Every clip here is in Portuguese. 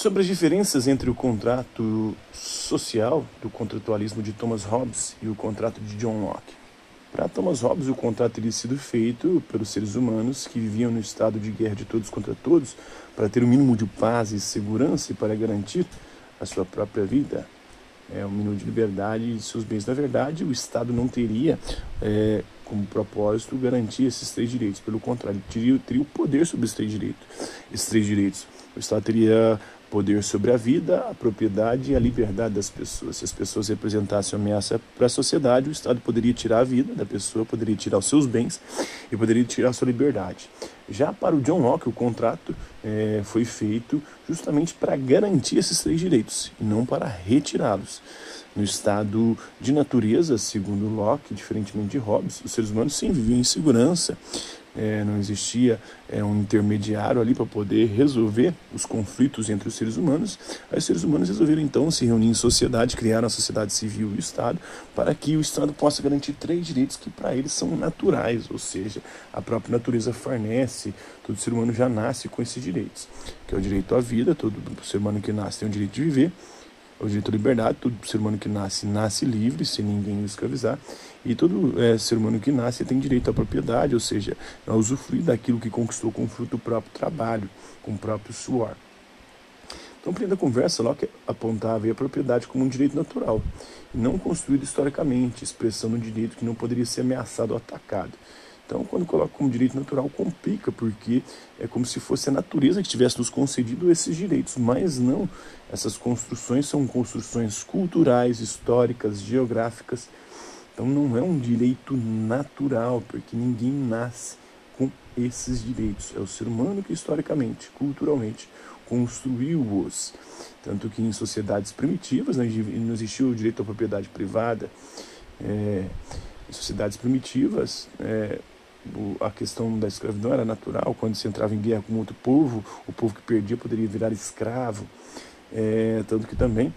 Sobre as diferenças entre o contrato social do contratualismo de Thomas Hobbes e o contrato de John Locke. Para Thomas Hobbes, o contrato teria sido feito pelos seres humanos que viviam no estado de guerra de todos contra todos para ter o mínimo de paz e segurança e para garantir a sua própria vida, o mínimo de liberdade e seus bens. Na verdade, o Estado não teria como propósito garantir esses três direitos. Pelo contrário, ele teria o poder sobre esses três direitos. O Estado teria poder sobre a vida, a propriedade e a liberdade das pessoas. Se as pessoas representassem uma ameaça para a sociedade, o Estado poderia tirar a vida da pessoa, poderia tirar os seus bens e poderia tirar a sua liberdade. Já para o John Locke, o contrato foi feito justamente para garantir esses três direitos e não para retirá-los. No estado de natureza, segundo Locke, diferentemente de Hobbes, os seres humanos sim viviam em segurança. Não existia um intermediário ali para poder resolver os conflitos entre os seres humanos. Aí os seres humanos resolveram então se reunir em sociedade, criaram a sociedade civil e o Estado, para que o Estado possa garantir três direitos que para eles são naturais, ou seja, a própria natureza fornece, todo ser humano já nasce com esses direitos, que é o direito à vida. Todo ser humano que nasce tem o direito de viver, o direito à liberdade. Todo ser humano que nasce livre, sem ninguém o escravizar. E todo ser humano que nasce tem direito à propriedade, ou seja, a usufruir daquilo que conquistou com o fruto do próprio trabalho, com o próprio suor. Então, para a conversa, Locke apontava a propriedade como um direito natural, não construído historicamente, expressando um direito que não poderia ser ameaçado ou atacado. Então, quando coloca como direito natural, complica, porque é como se fosse a natureza que tivesse nos concedido esses direitos, mas não. Essas construções são construções culturais, históricas, geográficas. Então, não é um direito natural, porque ninguém nasce com esses direitos. É o ser humano que, historicamente, culturalmente, construiu-os. Tanto que em sociedades primitivas não existia o direito à propriedade privada. Em sociedades primitivas, a questão da escravidão era natural. Quando se entrava em guerra com outro povo, o povo que perdia poderia virar escravo. Tanto que também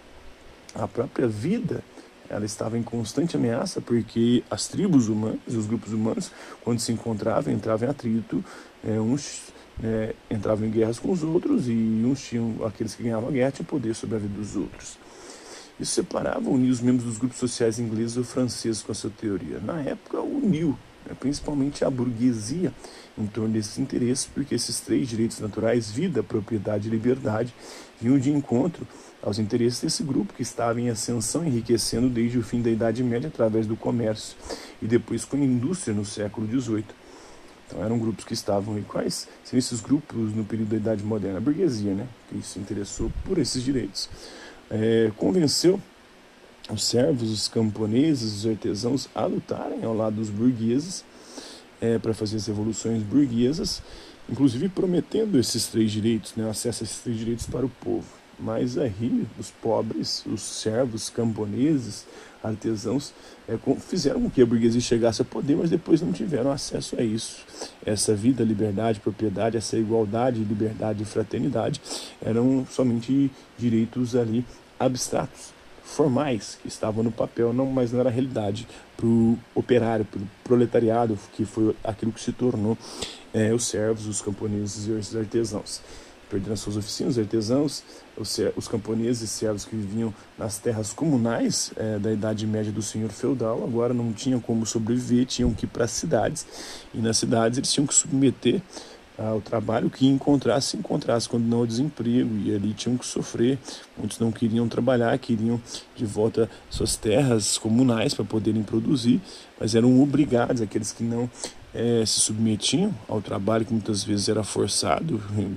a própria vida ela estava em constante ameaça, porque as tribos humanas, os grupos humanos, quando se encontravam, entravam em atrito, uns entravam em guerras com os outros, e uns tinham, aqueles que ganhavam a guerra tinham poder sobre a vida dos outros. Isso separava, unia os membros dos grupos sociais ingleses ou franceses com a sua teoria. Na época, uniu principalmente a burguesia em torno desses interesses, porque esses três direitos naturais, vida, propriedade e liberdade, vinham de encontro aos interesses desse grupo que estava em ascensão, enriquecendo desde o fim da Idade Média através do comércio e depois com a indústria no século XVIII. Então eram grupos que estavam... E quais seriam esses grupos no período da Idade Moderna? A burguesia, que se interessou por esses direitos. Convenceu os servos, os camponeses, os artesãos a lutarem ao lado dos burgueses para fazer as revoluções burguesas, inclusive prometendo esses três direitos, acesso a esses três direitos para o povo. Mas aí os pobres, os servos, camponeses, artesãos fizeram com que a burguesia chegasse a poder, mas depois não tiveram acesso a isso. Essa vida, liberdade, propriedade, essa igualdade, liberdade e fraternidade eram somente direitos ali abstratos, formais, que estavam no papel, mas não era a realidade para o operário, para o proletariado, que foi aquilo que se tornou os servos, os camponeses e os artesãos. Perderam suas oficinas, os artesãos, os camponeses e servos que viviam nas terras comunais da Idade Média do senhor feudal, agora não tinham como sobreviver, tinham que ir para as cidades, e nas cidades eles tinham que submeter ao trabalho que encontrasse quando não ao desemprego, e ali tinham que sofrer. Muitos não queriam trabalhar, queriam de volta suas terras comunais para poderem produzir, mas eram obrigados. Aqueles que não se submetiam ao trabalho, que muitas vezes era forçado,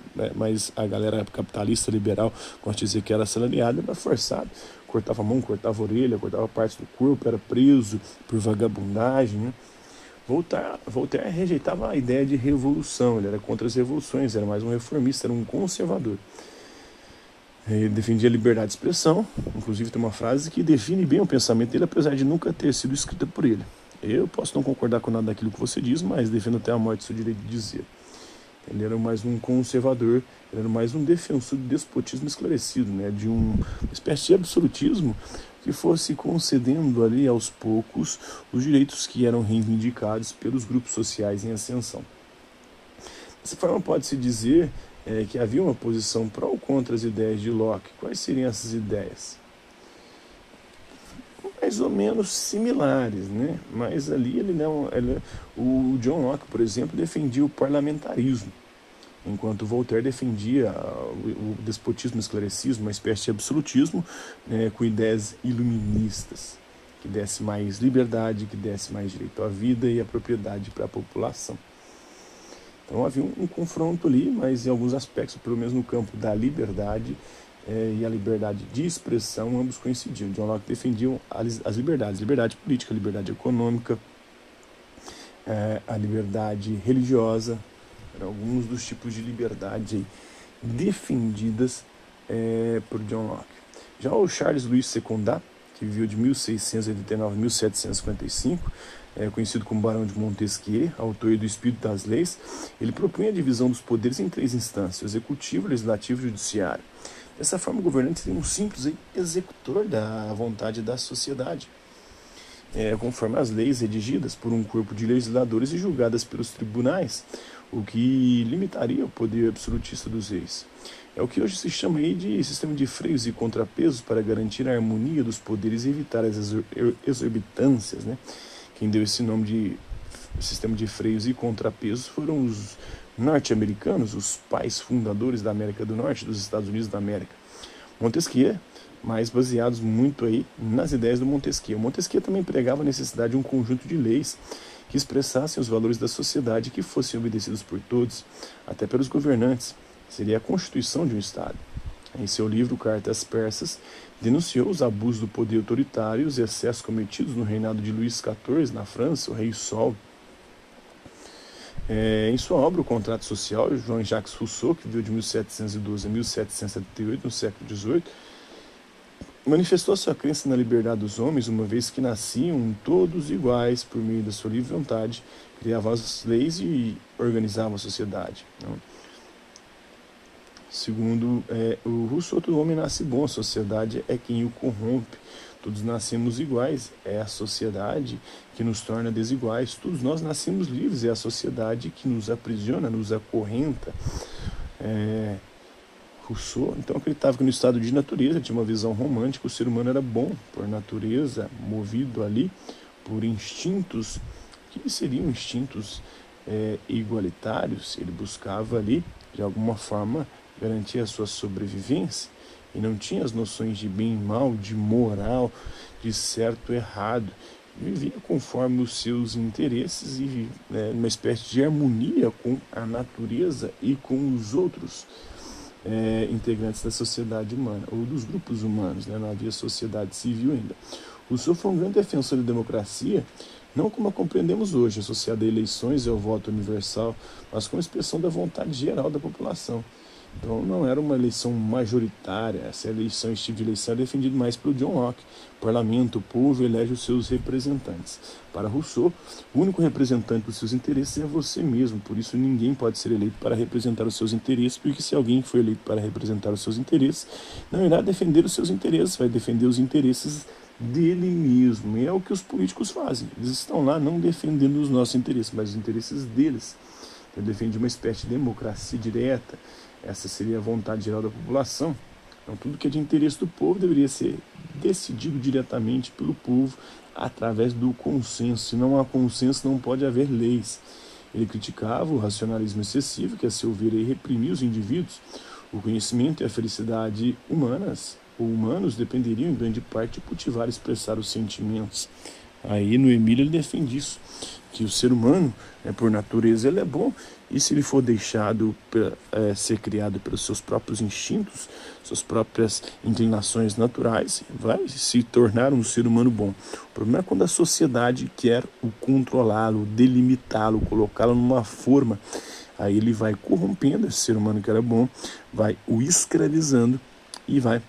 mas a galera capitalista liberal gosta de dizer que era assalariado, era forçado, cortava a mão, cortava a orelha, cortava partes do corpo, era preso por vagabundagem. Voltaire rejeitava a ideia de revolução, ele era contra as revoluções, era mais um reformista, era um conservador. Ele defendia a liberdade de expressão, inclusive tem uma frase que define bem o pensamento dele, apesar de nunca ter sido escrita por ele. Eu posso não concordar com nada daquilo que você diz, mas defendo até a morte seu direito de dizer. Ele era mais um conservador, ele era mais um defensor do despotismo esclarecido, de uma espécie de absolutismo que fosse concedendo ali aos poucos os direitos que eram reivindicados pelos grupos sociais em ascensão. Dessa forma, pode-se dizer que havia uma posição pró ou contra as ideias de Locke. Quais seriam essas ideias? Mais ou menos similares, né? Mas ali o John Locke, por exemplo, defendia o parlamentarismo, enquanto Voltaire defendia o despotismo esclarecido, uma espécie de absolutismo, né, com ideias iluministas, que desse mais liberdade, que desse mais direito à vida e à propriedade para a população. Então havia um confronto ali, mas em alguns aspectos, pelo menos no campo da liberdade e a liberdade de expressão, ambos coincidiam. John Locke defendia as liberdades, liberdade política, liberdade econômica, a liberdade religiosa, eram alguns dos tipos de liberdade defendidas por John Locke. Já o Charles Louis Secondat, que viveu de 1689 a 1755, conhecido como Barão de Montesquieu, autor do Espírito das Leis, ele propunha a divisão dos poderes em 3 instâncias: o executivo, o legislativo e o judiciário. Dessa forma, o governante seria um simples executor da vontade da sociedade, conforme as leis redigidas por um corpo de legisladores e julgadas pelos tribunais, o que limitaria o poder absolutista dos reis. É o que hoje se chama aí de sistema de freios e contrapesos para garantir a harmonia dos poderes e evitar as exorbitâncias, né? Quem deu esse nome de sistema de freios e contrapesos foram os norte-americanos, os pais fundadores da América do Norte, dos Estados Unidos da América. Montesquieu, mas baseados muito aí nas ideias do Montesquieu. Montesquieu também pregava a necessidade de um conjunto de leis que expressassem os valores da sociedade e que fossem obedecidos por todos, até pelos governantes. Seria a constituição de um Estado. Em seu livro Cartas Persas, denunciou os abusos do poder autoritário e os excessos cometidos no reinado de Luís XIV na França, o Rei Sol. Em sua obra O Contrato Social, Jean-Jacques Rousseau, que viveu de 1712 a 1778, no século XVIII, manifestou sua crença na liberdade dos homens, uma vez que nasciam todos iguais por meio da sua livre vontade, criava as leis e organizava a sociedade. Segundo o Rousseau, todo homem nasce bom, a sociedade é quem o corrompe. Todos nascemos iguais, é a sociedade que nos torna desiguais. Todos nós nascemos livres, é a sociedade que nos aprisiona, nos acorrenta. Rousseau, então, acreditava que no estado de natureza, tinha uma visão romântica, o ser humano era bom por natureza, movido ali por instintos, que seriam instintos igualitários. Ele buscava ali, de alguma forma, garantir a sua sobrevivência e não tinha as noções de bem e mal, de moral, de certo e errado. Vivia conforme os seus interesses e numa espécie de harmonia com a natureza e com os outros integrantes da sociedade humana, ou dos grupos humanos, né? Não havia sociedade civil ainda. Rousseau foi um grande defensor da democracia, não como a compreendemos hoje, associada a eleições e ao voto universal, mas como expressão da vontade geral da população. Então não era uma eleição majoritária, essa eleição, esse tipo de eleição era defendido mais pelo John Locke. O parlamento, o povo, elege os seus representantes. Para Rousseau, o único representante dos seus interesses é você mesmo, por isso ninguém pode ser eleito para representar os seus interesses, porque se alguém foi eleito para representar os seus interesses, não irá defender os seus interesses, vai defender os interesses dele mesmo. E é o que os políticos fazem, eles estão lá não defendendo os nossos interesses, mas os interesses deles. Ele defende uma espécie de democracia direta. Essa seria a vontade geral da população. Então, tudo que é de interesse do povo deveria ser decidido diretamente pelo povo através do consenso. Se não há consenso, não pode haver leis. Ele criticava o racionalismo excessivo, que a seu ver reprimia os indivíduos. O conhecimento e a felicidade humanos dependeriam em grande parte de cultivar e expressar os sentimentos. Aí no Emílio ele defende isso, que o ser humano, por natureza, ele é bom, e se ele for deixado ser criado pelos seus próprios instintos, suas próprias inclinações naturais, vai se tornar um ser humano bom. O problema é quando a sociedade quer o controlá-lo, delimitá-lo, colocá-lo numa forma. Aí ele vai corrompendo esse ser humano que era bom, vai o escravizando e vai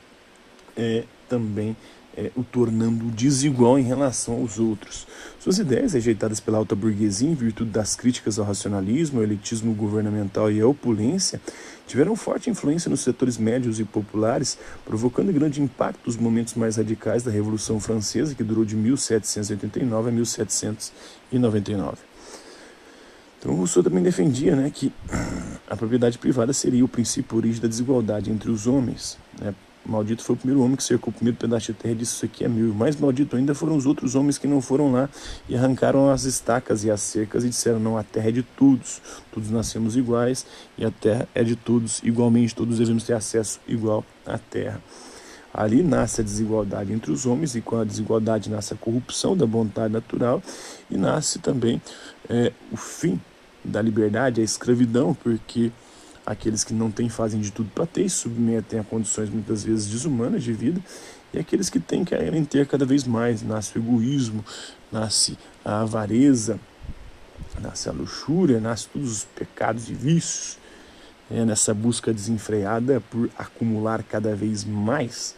também o tornando desigual em relação aos outros. Suas ideias, rejeitadas pela alta burguesia em virtude das críticas ao racionalismo, ao elitismo governamental e à opulência, tiveram forte influência nos setores médios e populares, provocando grande impacto nos momentos mais radicais da Revolução Francesa, que durou de 1789 a 1799. Então Rousseau também defendia, né, que a propriedade privada seria o princípio origem da desigualdade entre os homens, né? Maldito foi o primeiro homem que cercou o primeiro pedaço de terra e disse: isso aqui é meu. Mais maldito ainda foram os outros homens que não foram lá e arrancaram as estacas e as cercas e disseram: não, a terra é de todos, todos nascemos iguais e a terra é de todos, igualmente todos devemos ter acesso igual à terra. Ali nasce a desigualdade entre os homens, e com a desigualdade nasce a corrupção da vontade natural e nasce também o fim da liberdade, a escravidão, porque aqueles que não têm fazem de tudo para ter, se submetem a condições muitas vezes desumanas de vida, e aqueles que têm querem ter cada vez mais. Nasce o egoísmo, nasce a avareza, nasce a luxúria, nasce todos os pecados e vícios, nessa busca desenfreada por acumular cada vez mais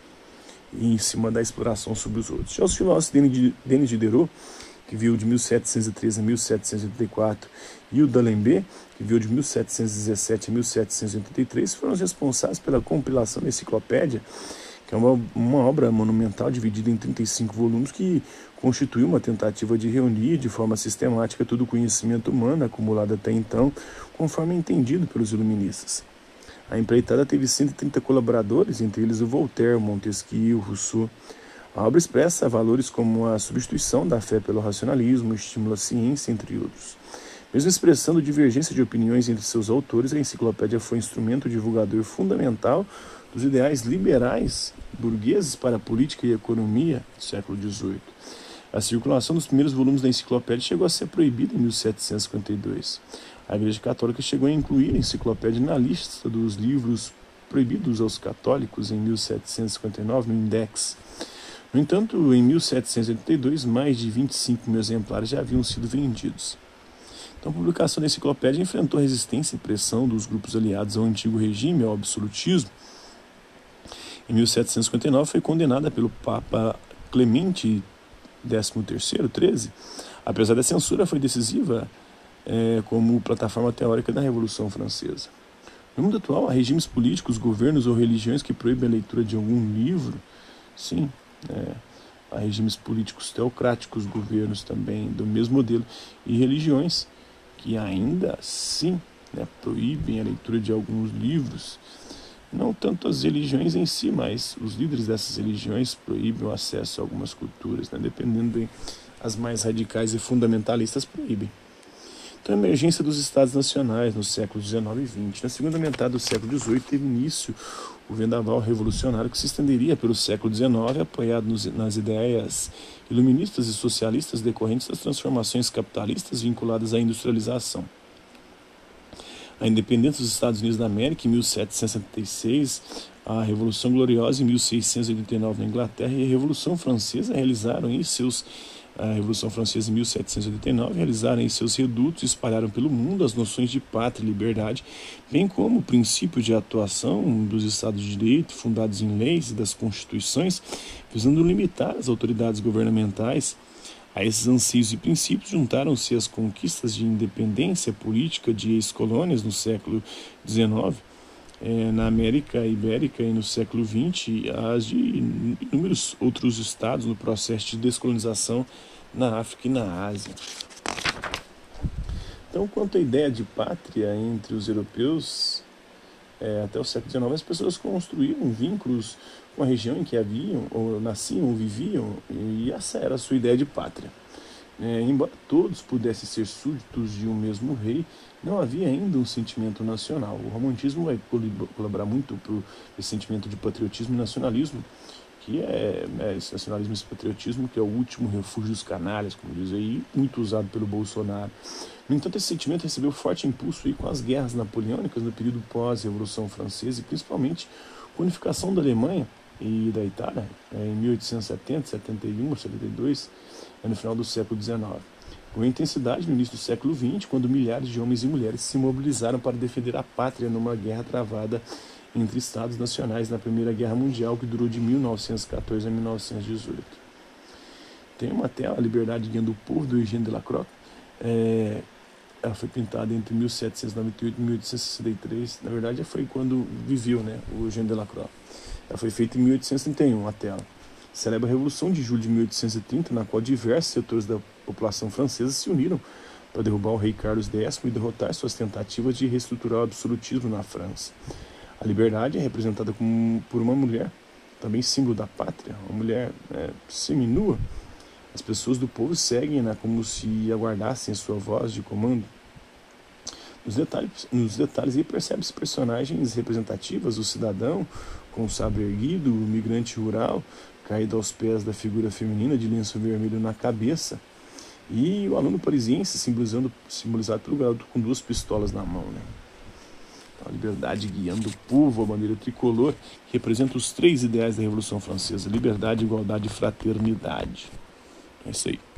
em cima da exploração sobre os outros. Já os filósofos Denis Diderot, que viveu de 1713 a 1784, e o D'Alembert, que viveu de 1717 a 1783, foram os responsáveis pela compilação da enciclopédia, que é uma obra monumental dividida em 35 volumes, que constituiu uma tentativa de reunir de forma sistemática todo o conhecimento humano acumulado até então, conforme entendido pelos iluministas. A empreitada teve 130 colaboradores, entre eles o Voltaire, Montesquieu, Rousseau. A obra expressa valores como a substituição da fé pelo racionalismo, o estímulo à ciência, entre outros. Mesmo expressando divergência de opiniões entre seus autores, a enciclopédia foi instrumento divulgador fundamental dos ideais liberais burgueses para a política e a economia do século XVIII. A circulação dos primeiros volumes da enciclopédia chegou a ser proibida em 1752. A Igreja Católica chegou a incluir a enciclopédia na lista dos livros proibidos aos católicos em 1759, no Index. No entanto, em 1782, mais de 25 mil exemplares já haviam sido vendidos. Então, a publicação da enciclopédia enfrentou resistência e pressão dos grupos aliados ao antigo regime, ao absolutismo. Em 1759, foi condenada pelo Papa Clemente XIII. Apesar da censura, foi decisiva como plataforma teórica da Revolução Francesa. No mundo atual, há regimes políticos, governos ou religiões que proíbem a leitura de algum livro. Sim, há regimes políticos teocráticos, governos também do mesmo modelo, e religiões que ainda assim proíbem a leitura de alguns livros. Não tanto as religiões em si, mas os líderes dessas religiões proíbem o acesso a algumas culturas, dependendo as mais radicais e fundamentalistas proíbem. Então, a emergência dos Estados Nacionais nos séculos XIX e XX. Na segunda metade do século XVIII teve início o vendaval revolucionário que se estenderia pelo século XIX, apoiado nas ideias iluministas e socialistas decorrentes das transformações capitalistas vinculadas à industrialização. A independência dos Estados Unidos da América em 1776, a Revolução Gloriosa em 1689 na Inglaterra e a Revolução Francesa realizaram em seus a Revolução Francesa em 1789 realizaram em seus redutos e espalharam pelo mundo as noções de pátria e liberdade, bem como o princípio de atuação dos Estados de Direito, fundados em leis e das constituições, visando limitar as autoridades governamentais. A esses anseios e princípios juntaram-se as conquistas de independência política de ex-colônias no século XIX, na América Ibérica e no século XX, as de inúmeros outros estados no processo de descolonização na África e na Ásia. Então, quanto à ideia de pátria entre os europeus, até o século XIX, as pessoas construíram vínculos com a região em que haviam, ou nasciam, ou viviam, e essa era a sua ideia de pátria. Embora todos pudessem ser súditos de um mesmo rei, não havia ainda um sentimento nacional. O romantismo vai colaborar muito para esse sentimento de patriotismo e nacionalismo, que esse nacionalismo e esse patriotismo que é o último refúgio dos canalhas, como diz aí, muito usado pelo Bolsonaro. No entanto, esse sentimento recebeu forte impulso aí com as guerras napoleônicas no período pós-Revolução Francesa e principalmente com a unificação da Alemanha e da Itália em 1870, 71, 72, no final do século XIX. Com intensidade no início do século XX, quando milhares de homens e mulheres se mobilizaram para defender a pátria numa guerra travada entre Estados nacionais na Primeira Guerra Mundial, que durou de 1914 a 1918. Tem uma tela, A Liberdade Guiando o Povo, do Eugène Delacroix. Ela foi pintada entre 1798 e 1863. Na verdade, foi quando viveu o Eugène Delacroix. Ela foi feita em 1831, a tela. Celebra a Revolução de Julho de 1830, na qual diversos setores da população francesa se uniram para derrubar o rei Carlos X e derrotar suas tentativas de reestruturar o absolutismo na França. A liberdade é representada por uma mulher, também símbolo da pátria, uma mulher seminua. As pessoas do povo seguem-na como se aguardassem a sua voz de comando. Nos detalhes aí percebe-se personagens representativas, o cidadão com o sabre erguido, o migrante rural caído aos pés da figura feminina de lenço vermelho na cabeça, e o aluno parisiense simbolizado pelo garoto com 2 pistolas na mão, né? Então, a liberdade guiando o povo, a bandeira tricolor, que representa os 3 ideais da Revolução Francesa: liberdade, igualdade e fraternidade. É isso aí.